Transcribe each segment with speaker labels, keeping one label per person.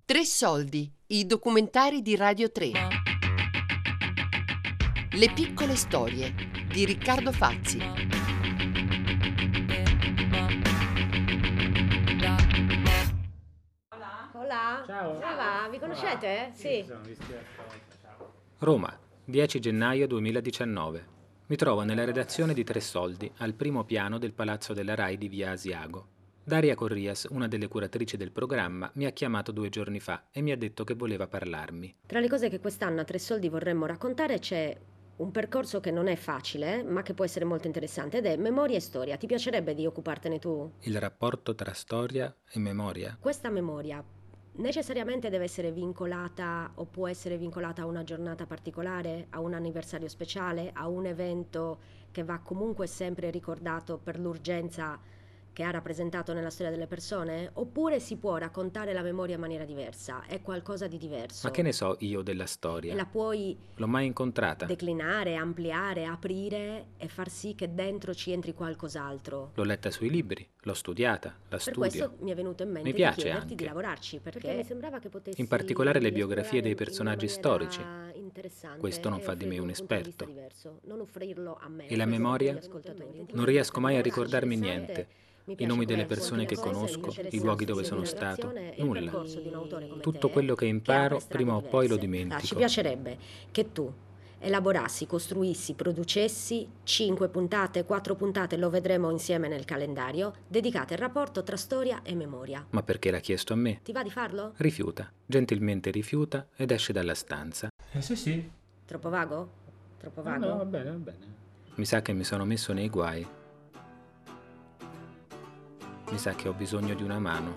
Speaker 1: Tre soldi, i documentari di Radio 3. Le piccole storie di Riccardo Fazzi.
Speaker 2: Hola.
Speaker 3: Ciao.
Speaker 2: Come va? Vi conoscete? Sì.
Speaker 3: Roma, 10 gennaio 2019. Mi trovo nella redazione di Tre Soldi, al primo piano del Palazzo della Rai di via Asiago. Daria Corrias, una delle curatrici del programma, mi ha chiamato 2 giorni fa e mi ha detto che voleva parlarmi.
Speaker 2: Tra le cose che quest'anno a Tre Soldi vorremmo raccontare c'è un percorso che non è facile, ma che può essere molto interessante, ed è memoria e storia. Ti piacerebbe di occupartene tu?
Speaker 3: Il rapporto tra storia e memoria?
Speaker 2: Questa memoria necessariamente deve essere vincolata o può essere vincolata a una giornata particolare, a un anniversario speciale, a un evento che va comunque sempre ricordato per l'urgenza che ha rappresentato nella storia delle persone? Oppure si può raccontare la memoria in maniera diversa, è qualcosa di diverso.
Speaker 3: Ma che ne so io della
Speaker 2: E
Speaker 3: storia?
Speaker 2: la puoi
Speaker 3: L'ho mai incontrata?
Speaker 2: declinare, ampliare, aprire e far sì che dentro ci entri qualcos'altro.
Speaker 3: L'ho letta sui libri, l'ho studiata, la
Speaker 2: Per
Speaker 3: studio.
Speaker 2: questo mi è venuto in mente
Speaker 3: Mi
Speaker 2: di
Speaker 3: piace
Speaker 2: chiederti
Speaker 3: anche.
Speaker 2: di lavorarci, perché mi sembrava che potessi
Speaker 3: In particolare le biografie dei
Speaker 2: esplorare
Speaker 3: personaggi
Speaker 2: in una
Speaker 3: storici.
Speaker 2: maniera interessante
Speaker 3: Questo non
Speaker 2: e
Speaker 3: fa di me
Speaker 2: offrire
Speaker 3: un
Speaker 2: punto di vista
Speaker 3: esperto.
Speaker 2: diverso, non offrirlo a me,
Speaker 3: E la
Speaker 2: ma
Speaker 3: memoria?
Speaker 2: agli ascoltatori.
Speaker 3: Non riesco mai a
Speaker 2: Lavorarci,
Speaker 3: ricordarmi
Speaker 2: interessante.
Speaker 3: niente.
Speaker 2: Mi
Speaker 3: I
Speaker 2: piace
Speaker 3: nomi delle
Speaker 2: come
Speaker 3: persone che
Speaker 2: racconti le cose,
Speaker 3: conosco,
Speaker 2: mi
Speaker 3: i
Speaker 2: interessa
Speaker 3: luoghi dove
Speaker 2: sia
Speaker 3: sono
Speaker 2: di
Speaker 3: stato,
Speaker 2: narrazione e il
Speaker 3: nulla.
Speaker 2: percorso di un autore come
Speaker 3: Tutto
Speaker 2: te,
Speaker 3: quello che
Speaker 2: che
Speaker 3: imparo,
Speaker 2: apre strade
Speaker 3: prima o poi lo
Speaker 2: diverse. Ci
Speaker 3: dimentico.
Speaker 2: piacerebbe che tu elaborassi, costruissi, producessi 5 puntate, 4 puntate, lo vedremo insieme nel calendario, dedicate al rapporto tra storia e memoria.
Speaker 3: Ma perché l'ha chiesto a me?
Speaker 2: Ti va di farlo?
Speaker 3: Rifiuta, gentilmente rifiuta ed esce dalla stanza.
Speaker 4: Sì.
Speaker 2: Troppo vago? Troppo vago?
Speaker 4: No, va bene, va bene.
Speaker 3: Mi sa che mi sono messo nei guai. Mi sa che ho bisogno di una mano.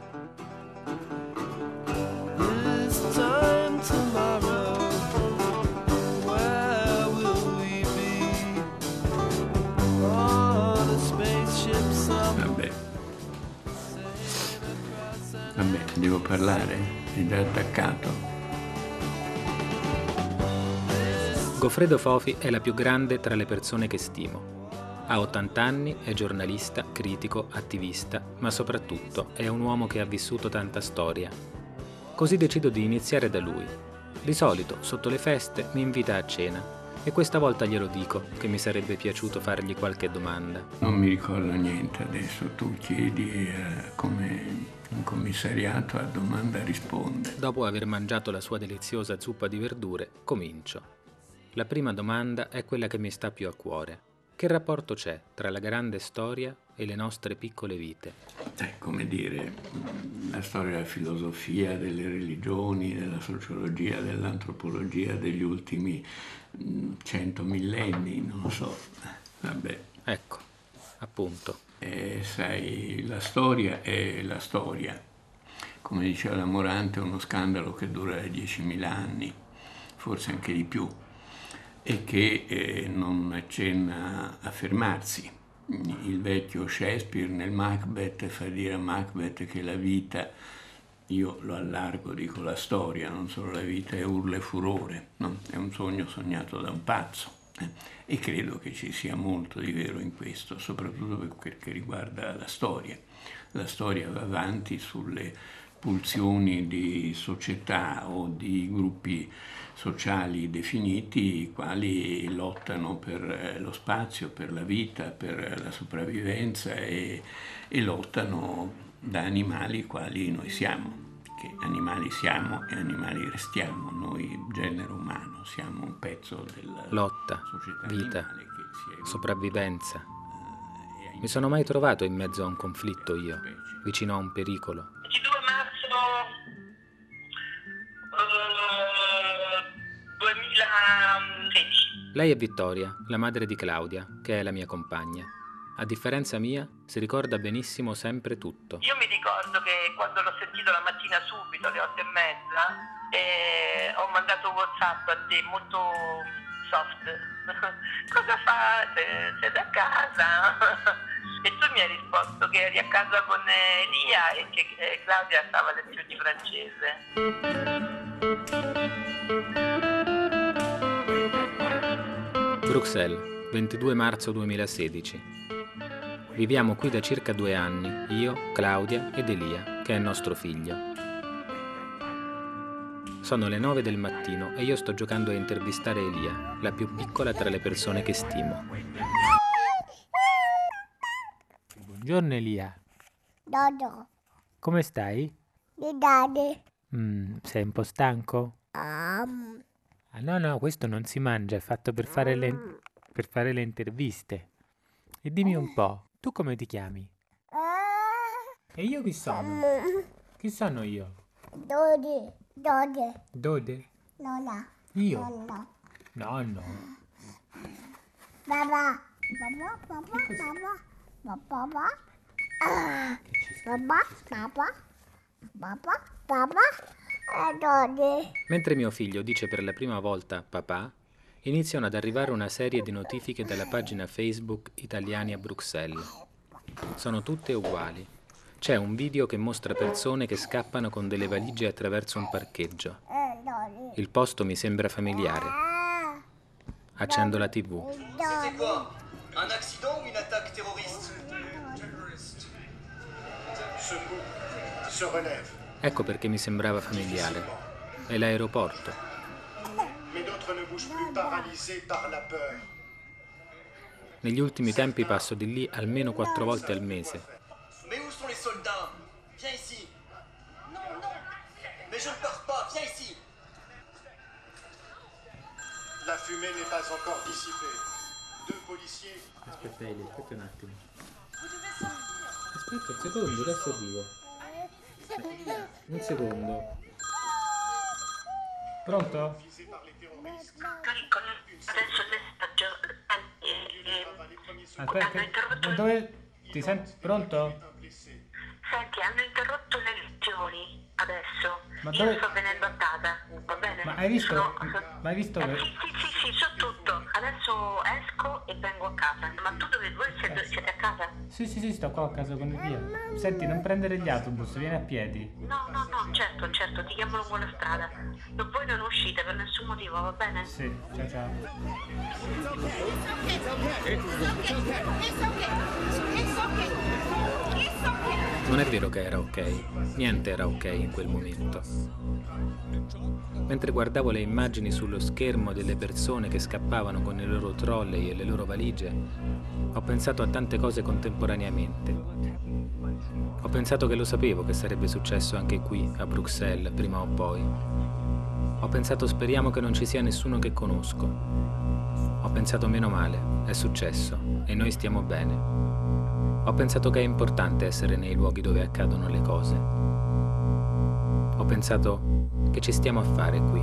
Speaker 5: This time tomorrow, where will we be? On a spaceship somewhere.
Speaker 6: Vabbè, devo parlare? È già attaccato.
Speaker 3: Goffredo Fofi è la più grande tra le persone che stimo. Ha 80 anni, è giornalista, critico, attivista, ma soprattutto è un uomo che ha vissuto tanta storia. Così decido di iniziare da lui. Di solito, sotto le feste, mi invita a cena e questa volta glielo dico che mi sarebbe piaciuto fargli qualche domanda.
Speaker 6: Non mi ricordo niente adesso, tu chiedi come in commissariato a domanda risponde.
Speaker 3: Dopo aver mangiato la sua deliziosa zuppa di verdure, comincio. La prima domanda è quella che mi sta più a cuore. Che rapporto c'è tra la grande storia e le nostre piccole vite?
Speaker 6: Come dire, la storia della filosofia, delle religioni, della sociologia, dell'antropologia degli ultimi 100 millenni, non lo so. Vabbè.
Speaker 3: Ecco, appunto.
Speaker 6: Sai, la storia è la storia. Come diceva la Morante, è uno scandalo che dura 10.000 anni, forse anche di più, e che non accenna a fermarsi. Il vecchio Shakespeare nel Macbeth fa dire a Macbeth che la vita, io lo allargo, dico la storia, non solo la vita, è urla e furore, no? È un sogno sognato da un pazzo. E credo che ci sia molto di vero in questo, soprattutto per quel che riguarda la storia. La storia va avanti sulle pulsioni di società o di gruppi sociali definiti, i quali lottano per lo spazio, per la vita, per la sopravvivenza e lottano da animali quali noi siamo, che animali siamo e animali restiamo, noi genere umano siamo un pezzo della
Speaker 3: Lotta,
Speaker 6: società
Speaker 3: vita,
Speaker 6: animale che si è evoluta,
Speaker 3: sopravvivenza.
Speaker 6: e ha
Speaker 3: Mi sono mai trovato in mezzo a un conflitto io, vicino a un pericolo.
Speaker 7: 22 marzo 2016.
Speaker 3: Lei è Vittoria, la madre di Claudia, che è la mia compagna. A differenza mia, si ricorda benissimo sempre tutto.
Speaker 7: Io mi ricordo che quando l'ho sentito la mattina subito alle 8:30 ho mandato un WhatsApp a te molto soft. Cosa fate? Siete a casa? E tu mi hai risposto che eri a casa con Elia e che Claudia stava a lezioni di francese.
Speaker 3: Bruxelles, 22 marzo 2016. Viviamo qui da circa 2 anni, io, Claudia ed Elia, che è nostro figlio. Sono le 9 del mattino e io sto giocando a intervistare Elia, la più piccola tra le persone che stimo. Buongiorno Elia.
Speaker 4: Dodo.
Speaker 3: Come stai?
Speaker 4: Daddy.
Speaker 3: Sei un po' stanco? Ah, no, questo non si mangia, è fatto per fare le interviste. E dimmi un po', tu come ti chiami? E io chi sono? Chi sono io?
Speaker 4: Dode.
Speaker 3: Dode?
Speaker 4: Nonna.
Speaker 3: Io?
Speaker 4: Nonna.
Speaker 3: No.
Speaker 4: Papà. Dode.
Speaker 3: Mentre mio figlio dice per la prima volta papà, iniziano ad arrivare una serie di notifiche dalla pagina Facebook Italiani a Bruxelles. Sono tutte uguali. C'è un video che mostra persone che scappano con delle valigie attraverso un parcheggio. Il posto mi sembra familiare. Accendo la TV.
Speaker 8: C'était quoi? Un accident ou une attaque terroriste?
Speaker 9: Se relève.
Speaker 3: Ecco perché mi sembrava familiare. È l'aeroporto.
Speaker 9: Mais d'autres ne bougent plus paralysés par la peur.
Speaker 3: Negli ultimi tempi passo di lì almeno 4 volte al mese.
Speaker 8: Mais où sont les soldats? Viens ici. Non. Mais je ne pars pas, viens ici.
Speaker 9: La fumée n'est pas encore dissipée. 2 policiers.
Speaker 3: Aspetta un attimo. Aspetta un secondo, adesso arrivo. Un secondo. Pronto?
Speaker 9: Visés par les terroristes.
Speaker 7: Adesso il messaggio
Speaker 3: Aspetta, dove? Ti senti? Pronto?
Speaker 7: senti, hanno interrotto le lezioni adesso.
Speaker 3: Ma
Speaker 7: io
Speaker 3: dove...
Speaker 7: sto venendo a casa, va bene?
Speaker 3: Ma hai visto? Ma hai visto?
Speaker 7: Sì, so tutto. Adesso esco e vengo a casa. Ma tu voi siete a casa?
Speaker 3: Sì, sto qua a casa con Elia. Senti, non prendere gli autobus, vieni a piedi.
Speaker 7: No, certo, ti chiamo lungo la strada. Voi non uscite per nessun motivo, va bene?
Speaker 3: Sì, ciao. Non è vero che era ok, niente era ok in quel momento. Mentre guardavo le immagini sullo schermo delle persone che scappavano con i loro trolley e le loro valigie, ho pensato a tante cose contemporaneamente. Ho pensato che lo sapevo che sarebbe successo anche qui, a Bruxelles, prima o poi. Ho pensato speriamo che non ci sia nessuno che conosco. Ho pensato meno male, è successo e noi stiamo bene. Ho pensato che è importante essere nei luoghi dove accadono le cose. Ho pensato che ci stiamo a fare qui.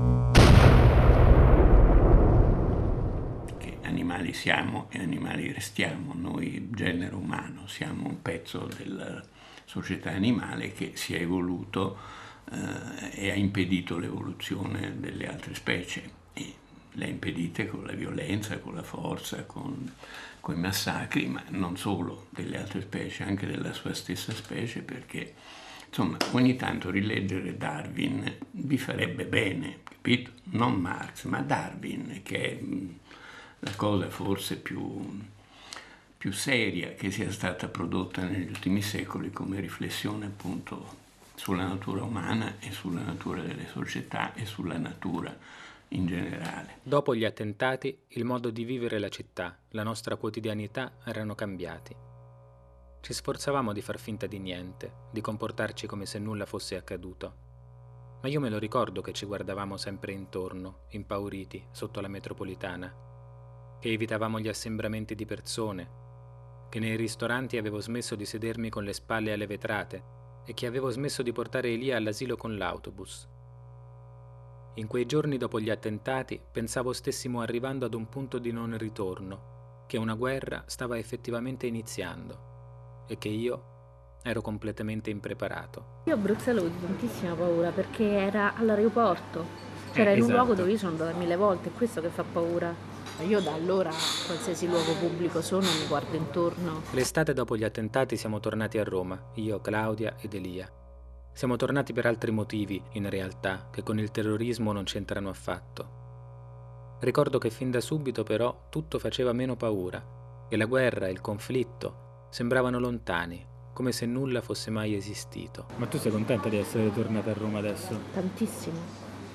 Speaker 6: Che animali siamo e animali restiamo. Noi, genere umano, siamo un pezzo della società animale che si è evoluto e ha impedito l'evoluzione delle altre specie. E le ha impedite con la violenza, con la forza, con i massacri, ma non solo delle altre specie, anche della sua stessa specie, perché insomma ogni tanto rileggere Darwin vi farebbe bene, capito? Non Marx, ma Darwin, che è la cosa forse più seria che sia stata prodotta negli ultimi secoli come riflessione appunto sulla natura umana e sulla natura delle società e sulla natura in generale.
Speaker 3: Dopo gli attentati, il modo di vivere la città, la nostra quotidianità erano cambiati. Ci sforzavamo di far finta di niente, di comportarci come se nulla fosse accaduto. Ma io me lo ricordo che ci guardavamo sempre intorno, impauriti, sotto la metropolitana, che evitavamo gli assembramenti di persone, che nei ristoranti avevo smesso di sedermi con le spalle alle vetrate e che avevo smesso di portare Elia all'asilo con l'autobus. In quei giorni dopo gli attentati pensavo stessimo arrivando ad un punto di non ritorno, che una guerra stava effettivamente iniziando e che io ero completamente impreparato.
Speaker 2: Io a Bruxelles ho avuto tantissima paura perché era all'aeroporto, cioè era in un luogo dove io sono andata 1000 volte, è questo che fa paura. Io da allora, qualsiasi luogo pubblico sono, mi guardo intorno.
Speaker 3: L'estate dopo gli attentati siamo tornati a Roma, io, Claudia ed Elia. Siamo tornati per altri motivi, in realtà, che con il terrorismo non c'entrano affatto. Ricordo che fin da subito, però, tutto faceva meno paura, che la guerra e il conflitto sembravano lontani, come se nulla fosse mai esistito. Ma tu sei contenta di essere tornata a Roma adesso?
Speaker 2: Tantissimo.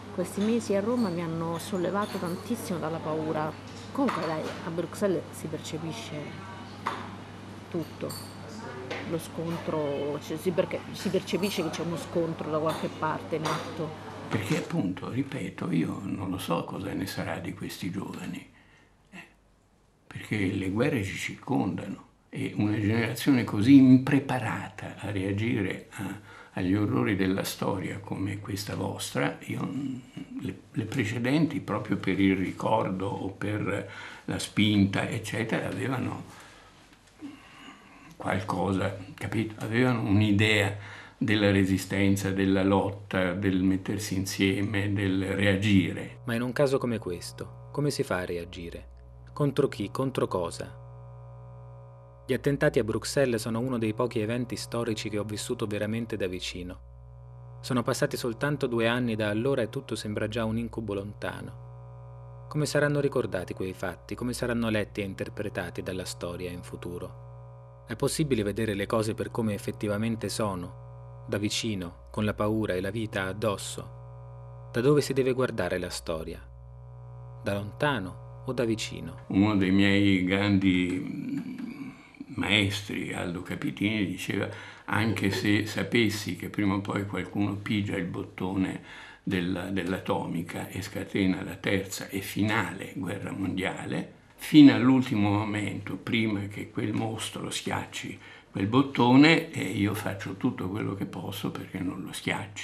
Speaker 10: Questi mesi a Roma mi hanno sollevato tantissimo dalla paura. Comunque dai, a Bruxelles si percepisce tutto, lo scontro, cioè, si percepisce che c'è uno scontro da qualche parte in atto.
Speaker 6: Perché appunto, ripeto, io non lo so cosa ne sarà di questi giovani, perché le guerre ci circondano e una generazione così impreparata a reagire agli orrori della storia come questa vostra, le precedenti, proprio per il ricordo o per la spinta, eccetera, avevano qualcosa, capito? Avevano un'idea della resistenza, della lotta, del mettersi insieme, del reagire.
Speaker 3: Ma in un caso come questo, come si fa a reagire? Contro chi? Contro cosa? Gli attentati a Bruxelles sono uno dei pochi eventi storici che ho vissuto veramente da vicino. Sono passati soltanto 2 anni da allora e tutto sembra già un incubo lontano. Come saranno ricordati quei fatti? Come saranno letti e interpretati dalla storia in futuro? È possibile vedere le cose per come effettivamente sono? Da vicino, con la paura e la vita addosso. Da dove si deve guardare la storia? Da lontano o da vicino?
Speaker 6: Uno dei miei grandi maestri, Aldo Capitini, diceva: anche se sapessi che prima o poi qualcuno pigia il bottone dell'atomica e scatena la terza e finale guerra mondiale, fino all'ultimo momento, prima che quel mostro schiacci quel bottone, e io faccio tutto quello che posso perché non lo schiacci.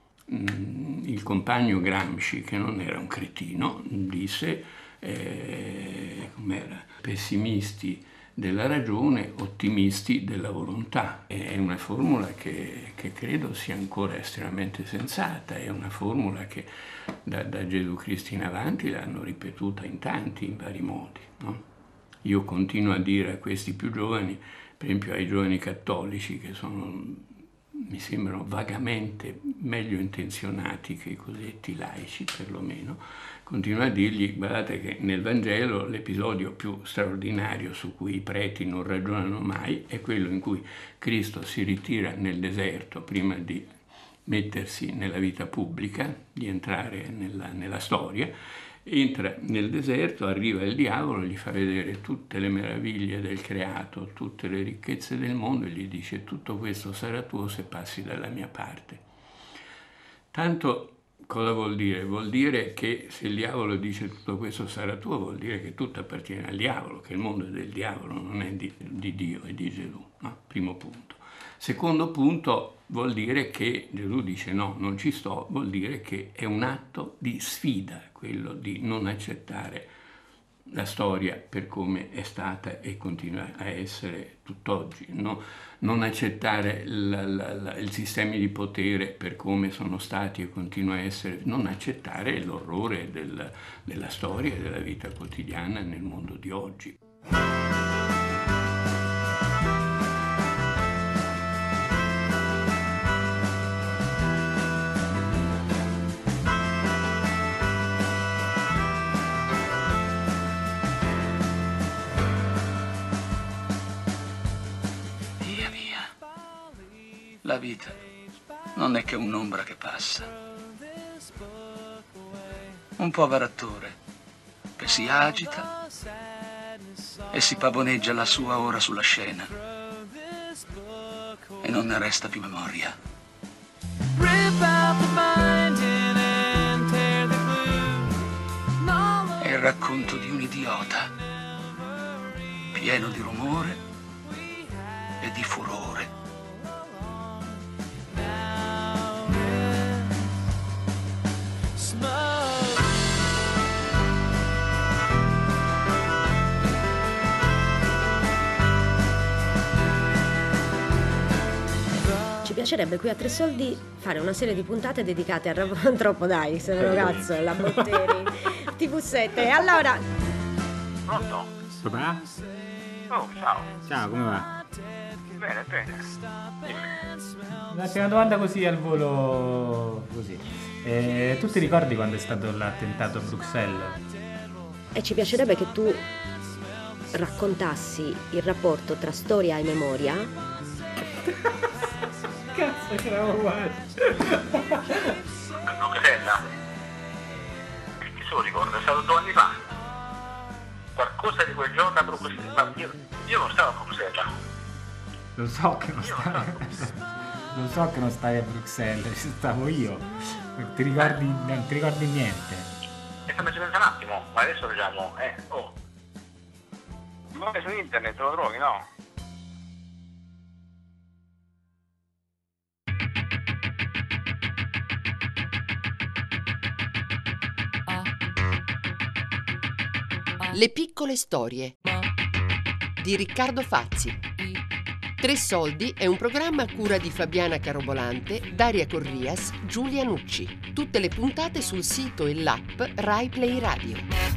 Speaker 6: Il compagno Gramsci, che non era un cretino, disse com'era? Pessimisti della ragione, ottimisti della volontà. È una formula che credo sia ancora estremamente sensata, è una formula che da Gesù Cristo in avanti l'hanno ripetuta in tanti, in vari modi, no? Io continuo a dire a questi più giovani, per esempio ai giovani cattolici, che mi sembrano vagamente meglio intenzionati che i cosiddetti laici, perlomeno, continuo a dirgli: guardate che nel Vangelo l'episodio più straordinario su cui i preti non ragionano mai è quello in cui Cristo si ritira nel deserto prima di mettersi nella vita pubblica, di entrare nella storia. Entra nel deserto, arriva il diavolo, gli fa vedere tutte le meraviglie del creato, tutte le ricchezze del mondo e gli dice: tutto questo sarà tuo se passi dalla mia parte. Tanto cosa vuol dire? Vuol dire che se il diavolo dice tutto questo sarà tuo, vuol dire che tutto appartiene al diavolo, che il mondo è del diavolo, non è di Dio e di Gesù, no? Primo punto. Secondo punto, vuol dire che Gesù dice no, non ci sto, vuol dire che è un atto di sfida, quello di non accettare la storia per come è stata e continua a essere tutt'oggi, no? Non accettare i sistemi di potere per come sono stati e continuano a essere, non accettare l'orrore della storia e della vita quotidiana nel mondo di oggi.
Speaker 11: La vita non è che un'ombra che passa. Un povero attore che si agita e si pavoneggia la sua ora sulla scena e non ne resta più memoria. È il racconto di un idiota pieno di rumore e di furore.
Speaker 2: Ci piacerebbe qui a Tre Soldi fare una serie di puntate dedicate al troppo dai, se no cazzo, la Botteri, TV7. Allora,
Speaker 12: pronto?
Speaker 3: Papà?
Speaker 12: Oh, ciao.
Speaker 3: Ciao, come va?
Speaker 12: Bene, bene.
Speaker 3: Una domanda così al volo, così. Tu ti ricordi quando è stato l'attentato a Bruxelles?
Speaker 2: e ci piacerebbe che tu raccontassi il rapporto tra storia e memoria.
Speaker 3: Cazzo, che eravamo uguali.
Speaker 12: Bruxelles? se lo ricorda, è stato 2 anni fa. Qualcosa di quel giorno a Bruxelles, ma io non stavo a Bruxelles.
Speaker 13: Lo so che non stavi a Bruxelles, ci stavo io. Non ti ricordi niente.
Speaker 12: E fammi pensare un attimo, ma adesso vediamo, Vai su internet, lo trovi, no?
Speaker 1: Le piccole storie di Riccardo Fazzi. 3 soldi è un programma a cura di Fabiana Carobolante, Daria Corrias, Giulia Nucci. Tutte le puntate sul sito e l'app Rai Play Radio.